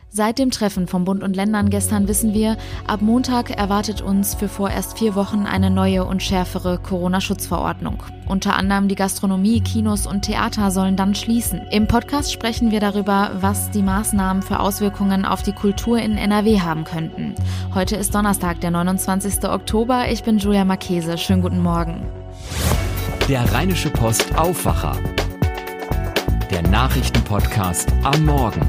Seit dem Treffen von Bund und Ländern gestern wissen wir, ab Montag erwartet uns für vorerst 4 Wochen eine neue und schärfere Corona-Schutzverordnung. Unter anderem die Gastronomie, Kinos und Theater sollen dann schließen. Im Podcast sprechen wir darüber, was die Maßnahmen für Auswirkungen auf die Kultur in NRW haben könnten. Heute ist Donnerstag, der 29. Oktober. Ich bin Julia Marchese. Schönen guten Morgen. Der Rheinische Post Aufwacher. Der Nachrichtenpodcast am Morgen.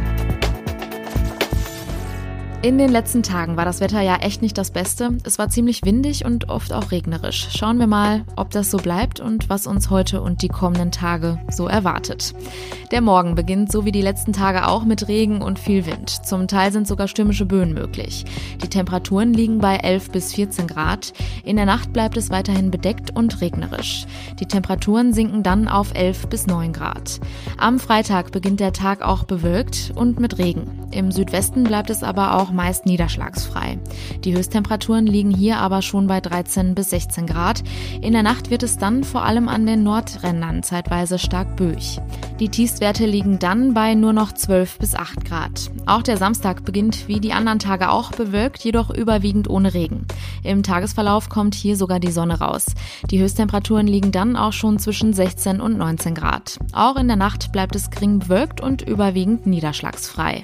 In den letzten Tagen war das Wetter ja echt nicht das Beste. Es war ziemlich windig und oft auch regnerisch. Schauen wir mal, ob das so bleibt und was uns heute und die kommenden Tage so erwartet. Der Morgen beginnt, so wie die letzten Tage auch, mit Regen und viel Wind. Zum Teil sind sogar stürmische Böen möglich. Die Temperaturen liegen bei 11 bis 14 Grad. In der Nacht bleibt es weiterhin bedeckt und regnerisch. Die Temperaturen sinken dann auf 11 bis 9 Grad. Am Freitag beginnt der Tag auch bewölkt und mit Regen. Im Südwesten bleibt es aber auch meist niederschlagsfrei. Die Höchsttemperaturen liegen hier aber schon bei 13 bis 16 Grad. In der Nacht wird es dann vor allem an den Nordrändern zeitweise stark böig. Die Tiefstwerte liegen dann bei nur noch 12 bis 8 Grad. Auch der Samstag beginnt wie die anderen Tage auch bewölkt, jedoch überwiegend ohne Regen. Im Tagesverlauf kommt hier sogar die Sonne raus. Die Höchsttemperaturen liegen dann auch schon zwischen 16 und 19 Grad. Auch in der Nacht bleibt es gering bewölkt und überwiegend niederschlagsfrei.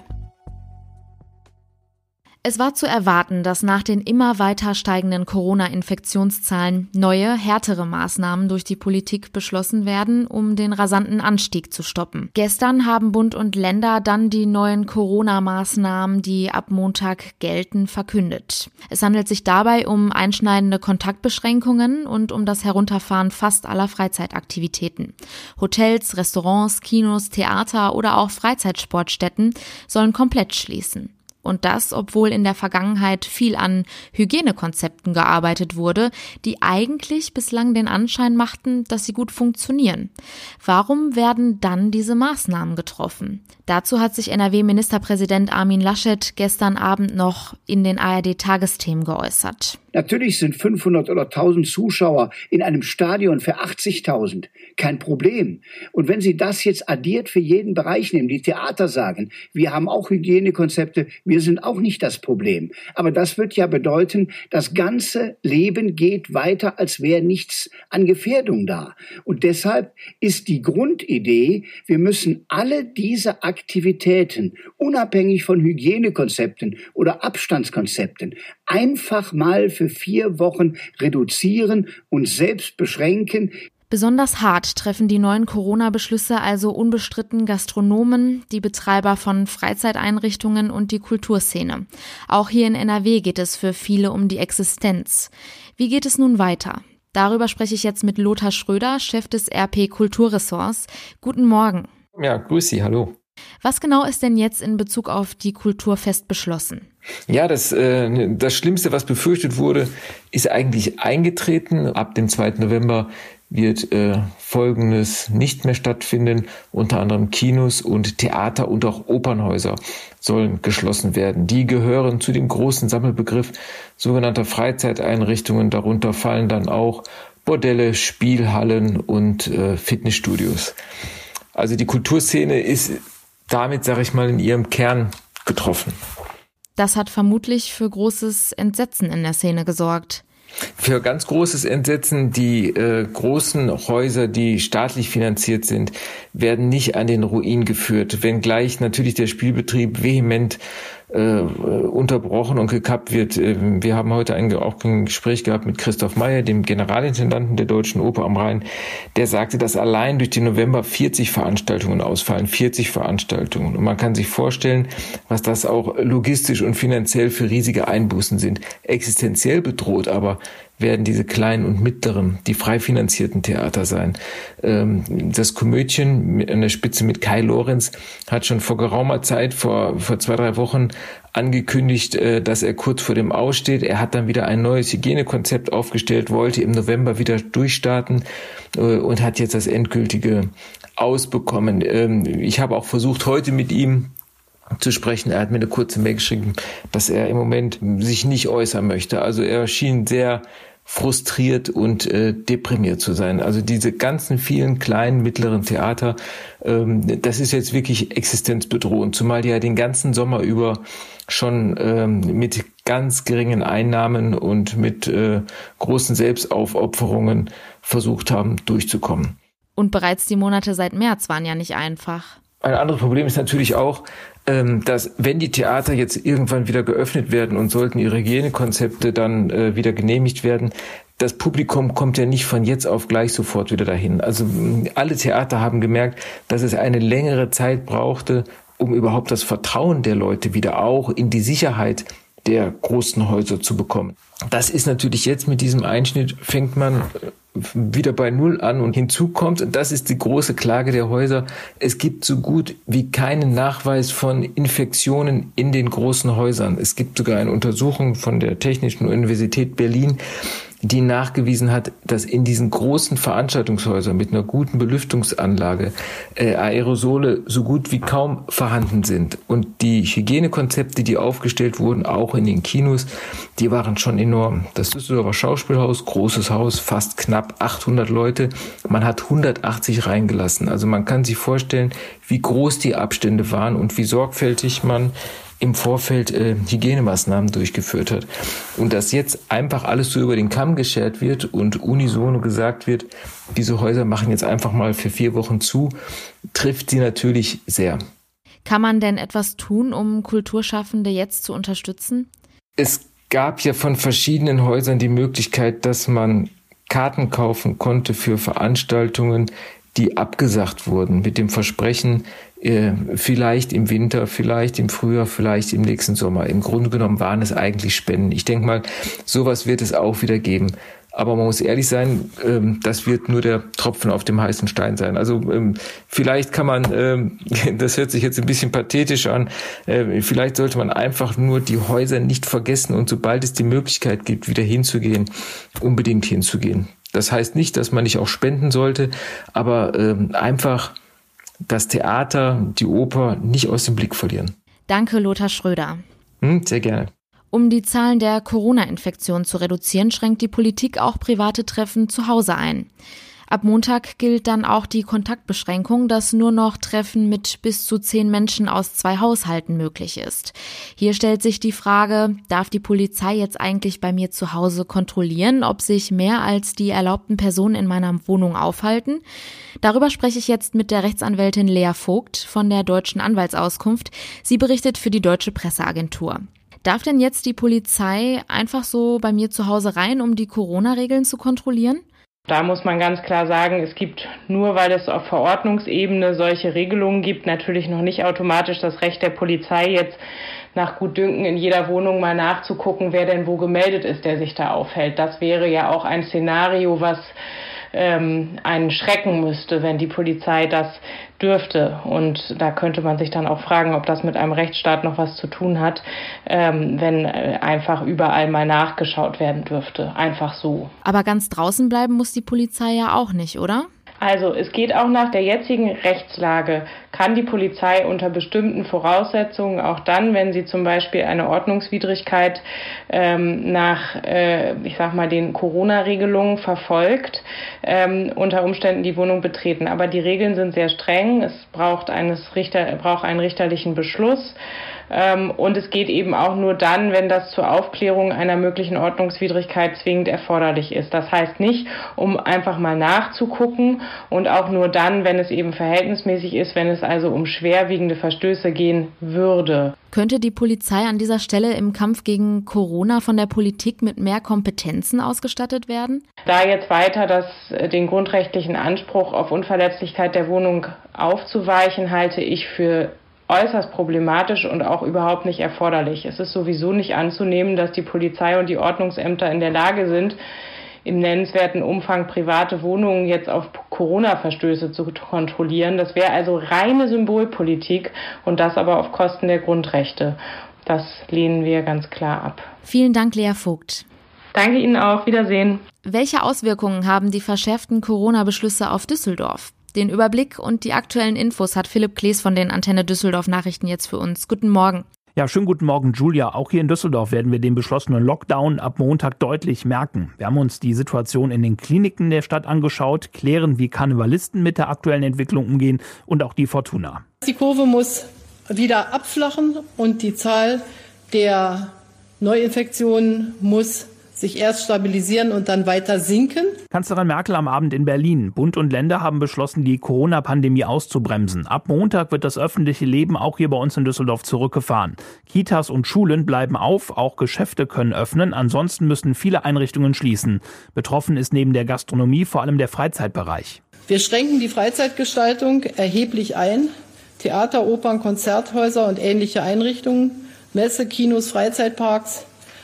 Es war zu erwarten, dass nach den immer weiter steigenden Corona-Infektionszahlen neue, härtere Maßnahmen durch die Politik beschlossen werden, um den rasanten Anstieg zu stoppen. Gestern haben Bund und Länder dann die neuen Corona-Maßnahmen, die ab Montag gelten, verkündet. Es handelt sich dabei um einschneidende Kontaktbeschränkungen und um das Herunterfahren fast aller Freizeitaktivitäten. Hotels, Restaurants, Kinos, Theater oder auch Freizeitsportstätten sollen komplett schließen. Und das, obwohl in der Vergangenheit viel an Hygienekonzepten gearbeitet wurde, die eigentlich bislang den Anschein machten, dass sie gut funktionieren. Warum werden dann diese Maßnahmen getroffen? Dazu hat sich NRW-Ministerpräsident Armin Laschet gestern Abend noch in den ARD-Tagesthemen geäußert. Natürlich sind 500 oder 1000 Zuschauer in einem Stadion für 80.000 kein Problem. Und wenn Sie das jetzt addiert für jeden Bereich nehmen, die Theater sagen, wir haben auch Hygienekonzepte, wir sind auch nicht das Problem. Aber das wird ja bedeuten, das ganze Leben geht weiter, als wäre nichts an Gefährdung da. Und deshalb ist die Grundidee, wir müssen alle diese Aktivitäten, unabhängig von Hygienekonzepten oder Abstandskonzepten, einfach mal für 4 Wochen reduzieren und selbst beschränken. Besonders hart treffen die neuen Corona-Beschlüsse also unbestritten Gastronomen, die Betreiber von Freizeiteinrichtungen und die Kulturszene. Auch hier in NRW geht es für viele um die Existenz. Wie geht es nun weiter? Darüber spreche ich jetzt mit Lothar Schröder, Chef des RP Kulturressorts. Guten Morgen. Ja, grüß Sie, hallo. Was genau ist denn jetzt in Bezug auf die Kulturfest beschlossen? Ja, das Schlimmste, was befürchtet wurde, ist eigentlich eingetreten. Ab dem 2. November wird Folgendes nicht mehr stattfinden. Unter anderem Kinos und Theater und auch Opernhäuser sollen geschlossen werden. Die gehören zu dem großen Sammelbegriff sogenannter Freizeiteinrichtungen. Darunter fallen dann auch Bordelle, Spielhallen und Fitnessstudios. Also die Kulturszene ist damit, sage ich mal, in ihrem Kern getroffen. Das hat vermutlich für großes Entsetzen in der Szene gesorgt. Für ganz großes Entsetzen. Die großen Häuser, die staatlich finanziert sind, werden nicht an den Ruin geführt, wenngleich natürlich der Spielbetrieb vehement unterbrochen und gekappt wird. Wir haben heute auch ein Gespräch gehabt mit Christoph Meyer, dem Generalintendanten der Deutschen Oper am Rhein. Der sagte, dass allein durch den November 40 Veranstaltungen ausfallen. 40 Veranstaltungen. Und man kann sich vorstellen, was das auch logistisch und finanziell für riesige Einbußen sind. Existenziell bedroht aber werden diese kleinen und mittleren, die frei finanzierten Theater sein. Das Komödien an der Spitze mit Kai Lorenz hat schon vor geraumer Zeit, vor 2-3 Wochen angekündigt, dass er kurz vor dem Aus steht. Er hat dann wieder ein neues Hygienekonzept aufgestellt, wollte im November wieder durchstarten und hat jetzt das endgültige Aus bekommen. Ich habe auch versucht, heute mit ihm zu sprechen. Er hat mir eine kurze Mail geschrieben, dass er im Moment sich nicht äußern möchte. Also er schien sehr frustriert und deprimiert zu sein. Also diese ganzen vielen kleinen, mittleren Theater, das ist jetzt wirklich existenzbedrohend, zumal die ja den ganzen Sommer über schon mit ganz geringen Einnahmen und mit großen Selbstaufopferungen versucht haben, durchzukommen. Und bereits die Monate seit März waren ja nicht einfach. Ein anderes Problem ist natürlich auch, dass wenn die Theater jetzt irgendwann wieder geöffnet werden und sollten ihre Hygienekonzepte dann wieder genehmigt werden, das Publikum kommt ja nicht von jetzt auf gleich sofort wieder dahin. Also alle Theater haben gemerkt, dass es eine längere Zeit brauchte, um überhaupt das Vertrauen der Leute wieder auch in die Sicherheit der großen Häuser zu bekommen. Das ist natürlich jetzt mit diesem Einschnitt, fängt man wieder bei Null an, und hinzu kommt, und das ist die große Klage der Häuser, es gibt so gut wie keinen Nachweis von Infektionen in den großen Häusern. Es gibt sogar eine Untersuchung von der Technischen Universität Berlin, die nachgewiesen hat, dass in diesen großen Veranstaltungshäusern mit einer guten Belüftungsanlage Aerosole so gut wie kaum vorhanden sind. Und die Hygienekonzepte, die aufgestellt wurden, auch in den Kinos, die waren schon enorm. Das Düsseldorfer Schauspielhaus, großes Haus, fast knapp 800 Leute. Man hat 180 reingelassen. Also man kann sich vorstellen, wie groß die Abstände waren und wie sorgfältig man im Vorfeld Hygienemaßnahmen durchgeführt hat. Und dass jetzt einfach alles so über den Kamm geschert wird und unisono gesagt wird, diese Häuser machen jetzt einfach mal für 4 Wochen zu, trifft sie natürlich sehr. Kann man denn etwas tun, um Kulturschaffende jetzt zu unterstützen? Es gab ja von verschiedenen Häusern die Möglichkeit, dass man Karten kaufen konnte für Veranstaltungen, die abgesagt wurden, mit dem Versprechen, vielleicht im Winter, vielleicht im Frühjahr, vielleicht im nächsten Sommer. Im Grunde genommen waren es eigentlich Spenden. Ich denke mal, sowas wird es auch wieder geben. Aber man muss ehrlich sein, das wird nur der Tropfen auf dem heißen Stein sein. Also vielleicht kann man, das hört sich jetzt ein bisschen pathetisch an, vielleicht sollte man einfach nur die Häuser nicht vergessen und sobald es die Möglichkeit gibt, wieder hinzugehen, unbedingt hinzugehen. Das heißt nicht, dass man nicht auch spenden sollte, aber einfach das Theater, die Oper nicht aus dem Blick verlieren. Danke, Lothar Schröder. Sehr gerne. Um die Zahlen der Corona-Infektionen zu reduzieren, schränkt die Politik auch private Treffen zu Hause ein. Ab Montag gilt dann auch die Kontaktbeschränkung, dass nur noch Treffen mit bis zu 10 Menschen aus 2 Haushalten möglich ist. Hier stellt sich die Frage, darf die Polizei jetzt eigentlich bei mir zu Hause kontrollieren, ob sich mehr als die erlaubten Personen in meiner Wohnung aufhalten? Darüber spreche ich jetzt mit der Rechtsanwältin Lea Vogt von der Deutschen Anwaltsauskunft. Sie berichtet für die Deutsche Presseagentur. Darf denn jetzt die Polizei einfach so bei mir zu Hause rein, um die Corona-Regeln zu kontrollieren? Da muss man ganz klar sagen, es gibt nur, weil es auf Verordnungsebene solche Regelungen gibt, natürlich noch nicht automatisch das Recht der Polizei, jetzt nach Gutdünken in jeder Wohnung mal nachzugucken, wer denn wo gemeldet ist, der sich da aufhält. Das wäre ja auch ein Szenario, was einen schrecken müsste, wenn die Polizei das dürfte. Und da könnte man sich dann auch fragen, ob das mit einem Rechtsstaat noch was zu tun hat, wenn einfach überall mal nachgeschaut werden dürfte. Einfach so. Aber ganz draußen bleiben muss die Polizei ja auch nicht, oder? Also es geht auch nach der jetzigen Rechtslage, kann die Polizei unter bestimmten Voraussetzungen, auch dann, wenn sie zum Beispiel eine Ordnungswidrigkeit nach, den Corona-Regelungen verfolgt, unter Umständen die Wohnung betreten. Aber die Regeln sind sehr streng, es braucht einen richterlichen Beschluss. Und es geht eben auch nur dann, wenn das zur Aufklärung einer möglichen Ordnungswidrigkeit zwingend erforderlich ist. Das heißt nicht, um einfach mal nachzugucken und auch nur dann, wenn es eben verhältnismäßig ist, wenn es also um schwerwiegende Verstöße gehen würde. Könnte die Polizei an dieser Stelle im Kampf gegen Corona von der Politik mit mehr Kompetenzen ausgestattet werden? Da jetzt weiter den grundrechtlichen Anspruch auf Unverletzlichkeit der Wohnung aufzuweichen, halte ich für äußerst problematisch und auch überhaupt nicht erforderlich. Es ist sowieso nicht anzunehmen, dass die Polizei und die Ordnungsämter in der Lage sind, im nennenswerten Umfang private Wohnungen jetzt auf Corona-Verstöße zu kontrollieren. Das wäre also reine Symbolpolitik und das aber auf Kosten der Grundrechte. Das lehnen wir ganz klar ab. Vielen Dank, Lea Vogt. Danke Ihnen auch. Wiedersehen. Welche Auswirkungen haben die verschärften Corona-Beschlüsse auf Düsseldorf? Den Überblick und die aktuellen Infos hat Philipp Klees von den Antenne Düsseldorf Nachrichten jetzt für uns. Guten Morgen. Ja, schönen guten Morgen, Julia. Auch hier in Düsseldorf werden wir den beschlossenen Lockdown ab Montag deutlich merken. Wir haben uns die Situation in den Kliniken der Stadt angeschaut, klären, wie Karnevalisten mit der aktuellen Entwicklung umgehen und auch die Fortuna. Die Kurve muss wieder abflachen und die Zahl der Neuinfektionen muss sich erst stabilisieren und dann weiter sinken. Kanzlerin Merkel am Abend in Berlin. Bund und Länder haben beschlossen, die Corona-Pandemie auszubremsen. Ab Montag wird das öffentliche Leben auch hier bei uns in Düsseldorf zurückgefahren. Kitas und Schulen bleiben auf, auch Geschäfte können öffnen. Ansonsten müssen viele Einrichtungen schließen. Betroffen ist neben der Gastronomie vor allem der Freizeitbereich. Wir schränken die Freizeitgestaltung erheblich ein. Theater, Opern, Konzerthäuser und ähnliche Einrichtungen, Messe, Kinos, Freizeitparks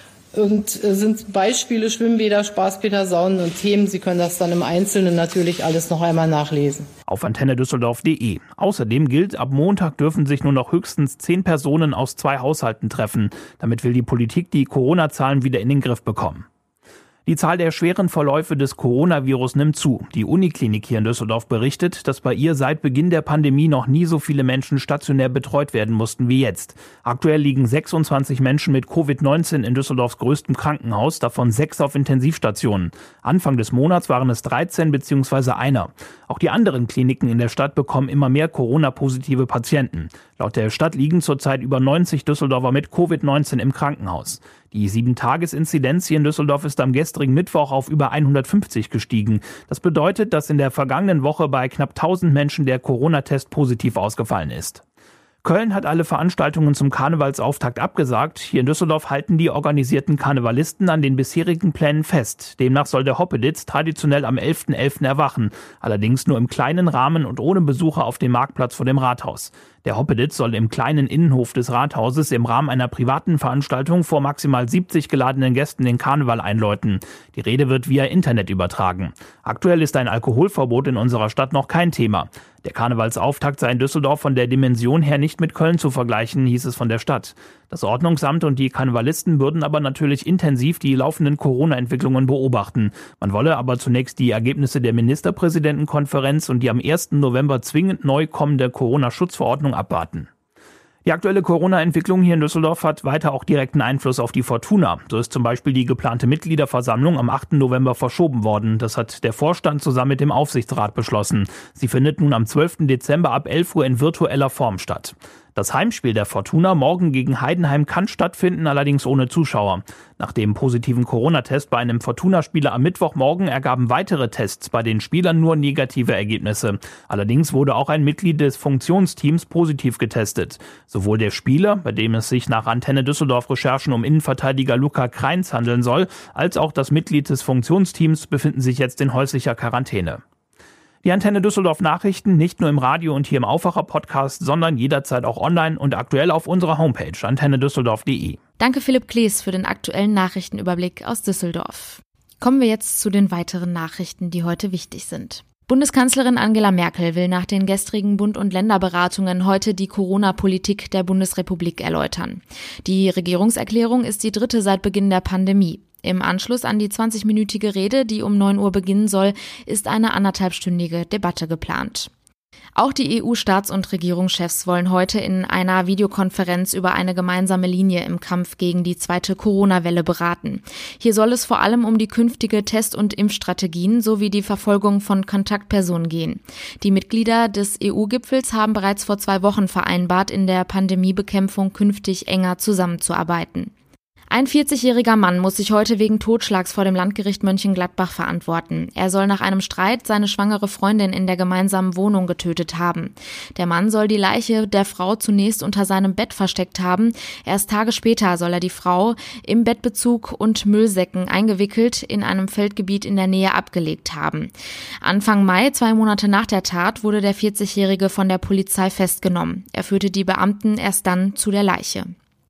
und sind Beispiele Schwimmbäder, Spaßbäder, Saunen und Themen. Sie können das dann im Einzelnen natürlich alles noch einmal nachlesen. Auf antennedüsseldorf.de. Außerdem gilt, ab Montag dürfen sich nur noch höchstens 10 Personen aus 2 Haushalten treffen. Damit will die Politik die Corona-Zahlen wieder in den Griff bekommen. Die Zahl der schweren Verläufe des Coronavirus nimmt zu. Die Uniklinik hier in Düsseldorf berichtet, dass bei ihr seit Beginn der Pandemie noch nie so viele Menschen stationär betreut werden mussten wie jetzt. Aktuell liegen 26 Menschen mit Covid-19 in Düsseldorfs größtem Krankenhaus, davon 6 auf Intensivstationen. Anfang des Monats waren es 13 bzw. einer. Auch die anderen Kliniken in der Stadt bekommen immer mehr Corona-positive Patienten. Laut der Stadt liegen zurzeit über 90 Düsseldorfer mit Covid-19 im Krankenhaus. Die 7-Tages-Inzidenz hier in Düsseldorf ist am gestrigen Mittwoch auf über 150 gestiegen. Das bedeutet, dass in der vergangenen Woche bei knapp 1000 Menschen der Corona-Test positiv ausgefallen ist. Köln hat alle Veranstaltungen zum Karnevalsauftakt abgesagt. Hier in Düsseldorf halten die organisierten Karnevalisten an den bisherigen Plänen fest. Demnach soll der Hoppeditz traditionell am 11.11. erwachen. Allerdings nur im kleinen Rahmen und ohne Besucher auf dem Marktplatz vor dem Rathaus. Der Hoppeditz soll im kleinen Innenhof des Rathauses im Rahmen einer privaten Veranstaltung vor maximal 70 geladenen Gästen den Karneval einläuten. Die Rede wird via Internet übertragen. Aktuell ist ein Alkoholverbot in unserer Stadt noch kein Thema. Der Karnevalsauftakt sei in Düsseldorf von der Dimension her nicht mit Köln zu vergleichen, hieß es von der Stadt. Das Ordnungsamt und die Karnevalisten würden aber natürlich intensiv die laufenden Corona-Entwicklungen beobachten. Man wolle aber zunächst die Ergebnisse der Ministerpräsidentenkonferenz und die am 1. November zwingend neu kommende Corona-Schutzverordnung abwarten. Die aktuelle Corona-Entwicklung hier in Düsseldorf hat weiter auch direkten Einfluss auf die Fortuna. So ist zum Beispiel die geplante Mitgliederversammlung am 8. November verschoben worden. Das hat der Vorstand zusammen mit dem Aufsichtsrat beschlossen. Sie findet nun am 12. Dezember ab 11 Uhr in virtueller Form statt. Das Heimspiel der Fortuna morgen gegen Heidenheim kann stattfinden, allerdings ohne Zuschauer. Nach dem positiven Corona-Test bei einem Fortuna-Spieler am Mittwochmorgen ergaben weitere Tests bei den Spielern nur negative Ergebnisse. Allerdings wurde auch ein Mitglied des Funktionsteams positiv getestet. Sowohl der Spieler, bei dem es sich nach Antenne Düsseldorf Recherchen um Innenverteidiger Luca Kreins handeln soll, als auch das Mitglied des Funktionsteams befinden sich jetzt in häuslicher Quarantäne. Die Antenne Düsseldorf Nachrichten nicht nur im Radio und hier im Aufwacher-Podcast, sondern jederzeit auch online und aktuell auf unserer Homepage antennedüsseldorf.de. Danke Philipp Klees für den aktuellen Nachrichtenüberblick aus Düsseldorf. Kommen wir jetzt zu den weiteren Nachrichten, die heute wichtig sind. Bundeskanzlerin Angela Merkel will nach den gestrigen Bund- und Länderberatungen heute die Corona-Politik der Bundesrepublik erläutern. Die Regierungserklärung ist die 3. seit Beginn der Pandemie. Im Anschluss an die 20-minütige Rede, die um 9 Uhr beginnen soll, ist eine 1,5-stündige Debatte geplant. Auch die EU-Staats- und Regierungschefs wollen heute in einer Videokonferenz über eine gemeinsame Linie im Kampf gegen die zweite Corona-Welle beraten. Hier soll es vor allem um die künftige Test- und Impfstrategien sowie die Verfolgung von Kontaktpersonen gehen. Die Mitglieder des EU-Gipfels haben bereits vor 2 Wochen vereinbart, in der Pandemiebekämpfung künftig enger zusammenzuarbeiten. Ein 40-jähriger Mann muss sich heute wegen Totschlags vor dem Landgericht Mönchengladbach verantworten. Er soll nach einem Streit seine schwangere Freundin in der gemeinsamen Wohnung getötet haben. Der Mann soll die Leiche der Frau zunächst unter seinem Bett versteckt haben. Erst Tage später soll er die Frau im Bettbezug und Müllsäcken eingewickelt in einem Feldgebiet in der Nähe abgelegt haben. Anfang Mai, 2 Monate nach der Tat, wurde der 40-Jährige von der Polizei festgenommen. Er führte die Beamten erst dann zu der Leiche.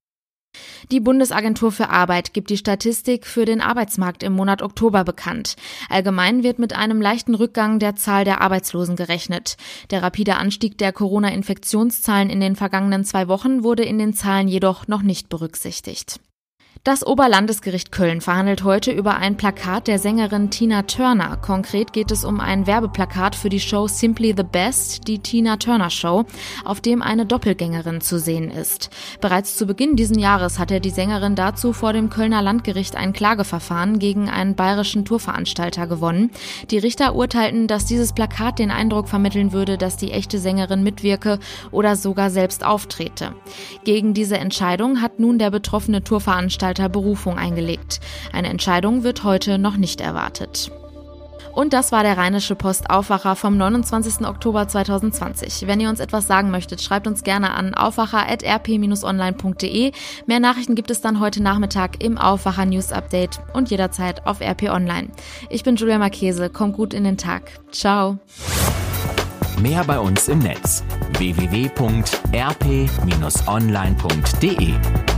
Die Bundesagentur für Arbeit gibt die Statistik für den Arbeitsmarkt im Monat Oktober bekannt. Allgemein wird mit einem leichten Rückgang der Zahl der Arbeitslosen gerechnet. Der rapide Anstieg der Corona-Infektionszahlen in den vergangenen 2 Wochen wurde in den Zahlen jedoch noch nicht berücksichtigt. Das Oberlandesgericht Köln verhandelt heute über ein Plakat der Sängerin Tina Turner. Konkret geht es um ein Werbeplakat für die Show Simply the Best, die Tina Turner Show, auf dem eine Doppelgängerin zu sehen ist. Bereits zu Beginn dieses Jahres hatte die Sängerin dazu vor dem Kölner Landgericht ein Klageverfahren gegen einen bayerischen Tourveranstalter gewonnen. Die Richter urteilten, dass dieses Plakat den Eindruck vermitteln würde, dass die echte Sängerin mitwirke oder sogar selbst auftrete. Gegen diese Entscheidung hat nun der betroffene Tourveranstalter Berufung eingelegt. Eine Entscheidung wird heute noch nicht erwartet. Und das war der Rheinische Post Aufwacher vom 29. Oktober 2020. Wenn ihr uns etwas sagen möchtet, schreibt uns gerne an aufwacher@rp-online.de. Mehr Nachrichten gibt es dann heute Nachmittag im Aufwacher News Update und jederzeit auf RP Online. Ich bin Julia Marchese. Kommt gut in den Tag. Ciao. Mehr bei uns im Netz: www.rp-online.de